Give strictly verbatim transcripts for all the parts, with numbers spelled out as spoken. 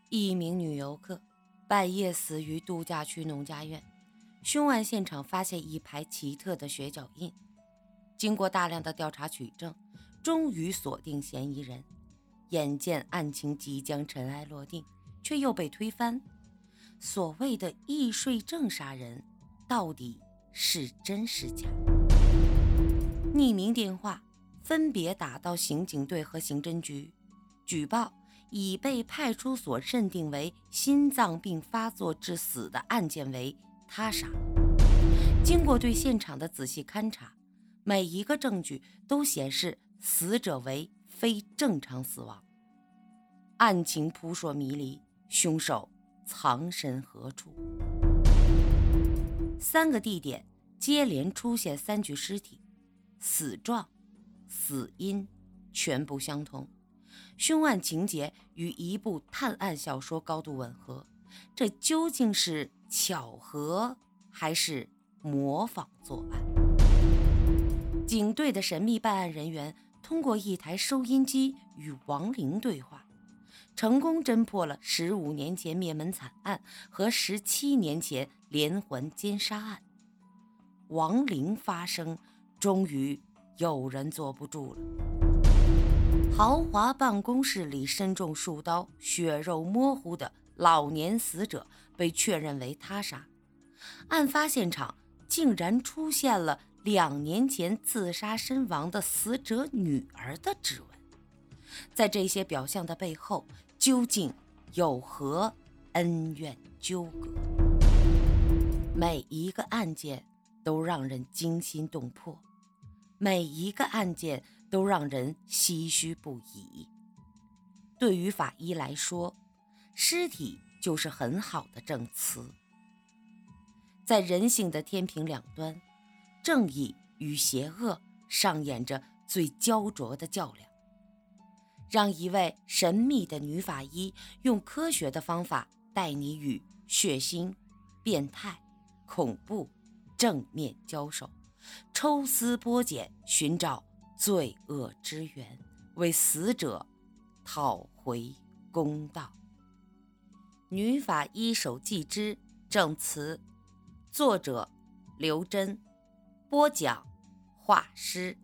一名女游客半夜死于度假区农家院，凶案现场发现一排奇特的血脚印。经过大量的调查取证，终于锁定嫌疑人。眼见案情即将尘埃落定，却又被推翻。所谓的易睡症杀人，到底是真是假？匿名电话分别打到刑警队和刑侦局，举报已被派出所认定为心脏病发作致死的案件为他杀。经过对现场的仔细勘查，每一个证据都显示死者为非正常死亡。案情扑朔迷离，凶手藏身何处？三个地点接连出现三具尸体，死状、死因全部相同，凶案情节与一部探案小说高度吻合。这究竟是巧合还是模仿作案？警队的神秘办案人员通过一台收音机与亡灵对话，成功侦破了十五年前灭门惨案和十七年前连环奸杀案。亡灵发声，终于有人坐不住了。豪华办公室里身中数刀、血肉模糊的老年死者被确认为他杀。案发现场竟然出现了两年前自杀身亡的死者女儿的指纹。在这些表象的背后，究竟有何恩怨纠葛？每一个案件都让人惊心动魄，每一个案件都让人唏嘘不已。对于法医来说，尸体就是很好的证词。在人性的天平两端，正义与邪恶上演着最焦灼的较量。让一位神秘的女法医用科学的方法带你与血腥、变态、恐怖正面交手，抽丝剥茧，寻找罪恶之源，为死者讨回公道。女法医手记之证词，作者刘真，播讲画师。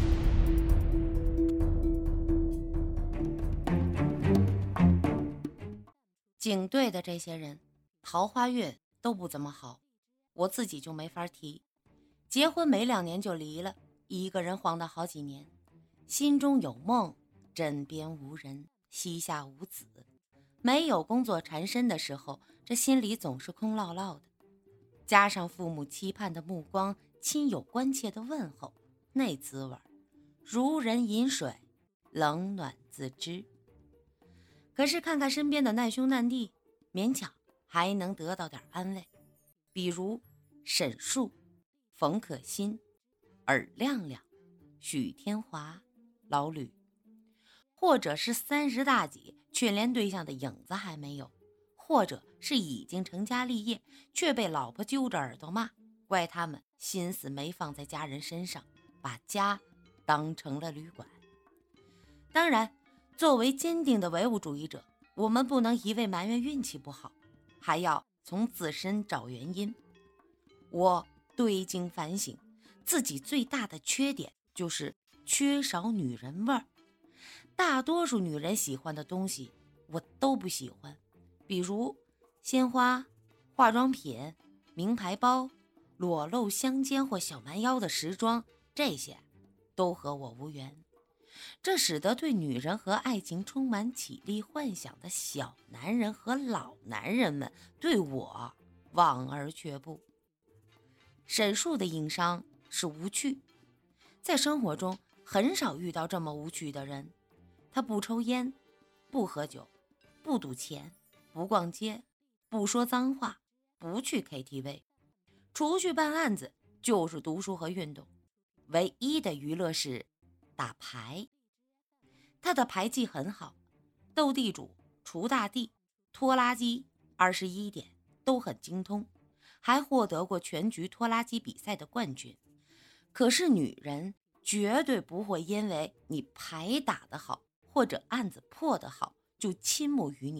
警队的这些人桃花运都不怎么好，我自己就没法提。结婚没两年就离了，一个人晃荡好几年，心中有梦，枕边无人，膝下无子。没有工作缠身的时候，这心里总是空落落的。加上父母期盼的目光，亲友关切的问候，那滋味如人饮水，冷暖自知。可是看看身边的难兄难弟，勉强还能得到点安慰，比如沈树、冯可欣、尔亮亮、许天华、老吕，或者是三十大几却连对象的影子还没有，或者是已经成家立业却被老婆揪着耳朵骂，怪他们心思没放在家人身上，把家当成了旅馆。当然，作为坚定的唯物主义者，我们不能一味埋怨运气不好，还要从自身找原因。我对经反省，自己最大的缺点就是缺少女人味儿。大多数女人喜欢的东西我都不喜欢，比如鲜花、化妆品、名牌包、裸露香肩或小蛮腰的时装，这些都和我无缘。这使得对女人和爱情充满绮丽幻想的小男人和老男人们对我望而却步。沈树的硬伤是无趣，在生活中很少遇到这么无趣的人。他不抽烟，不喝酒，不赌钱，不逛街，不说脏话，不去 K T V， 除去办案子就是读书和运动，唯一的娱乐是打牌。他的牌技很好，斗地主、锄大地、拖拉机、二十一点都很精通，还获得过全局拖拉机比赛的冠军。可是女人绝对不会因为你牌打得好或者案子破得好就倾慕于你，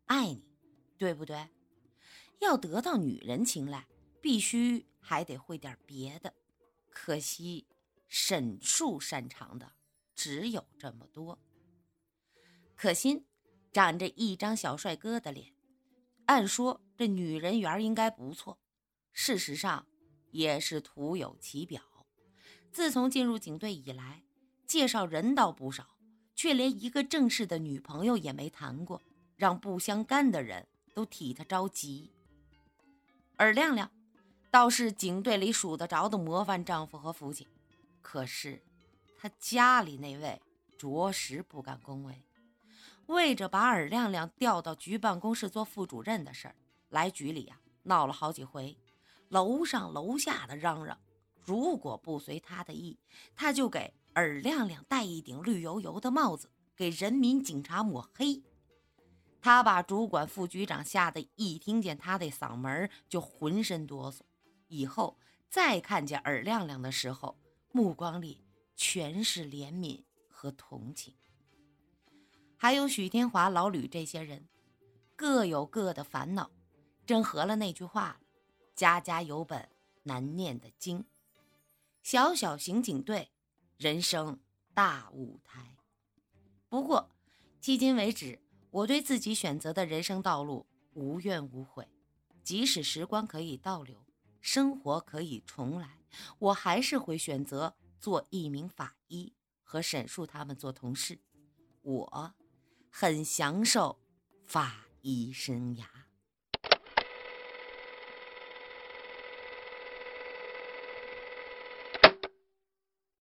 爱你，对不对？要得到女人青睐，必须还得会点别的。可惜沈树擅长的只有这么多。可心长着一张小帅哥的脸，按说这女人缘应该不错，事实上也是徒有其表。自从进入警队以来，介绍人倒不少，却连一个正式的女朋友也没谈过，让不相干的人都替他着急。而亮亮倒是警队里数得着的模范丈夫和父亲，可是他家里那位着实不敢恭维，为着把尔亮亮调到局办公室做副主任的事儿，来局里啊闹了好几回，楼上楼下的嚷嚷，如果不随他的意，他就给尔亮亮戴一顶绿油油的帽子，给人民警察抹黑。他把主管副局长吓得一听见他的嗓门就浑身哆嗦，以后再看见尔亮亮的时候，目光里全是怜悯和同情。还有许天华、老吕这些人，各有各的烦恼，真合了那句话了，家家有本难念的经。小小刑警队，人生大舞台。不过迄今为止，我对自己选择的人生道路无怨无悔，即使时光可以倒流，生活可以重来，我还是会选择做一名法医，和沈树他们做同事。我很享受法医生涯。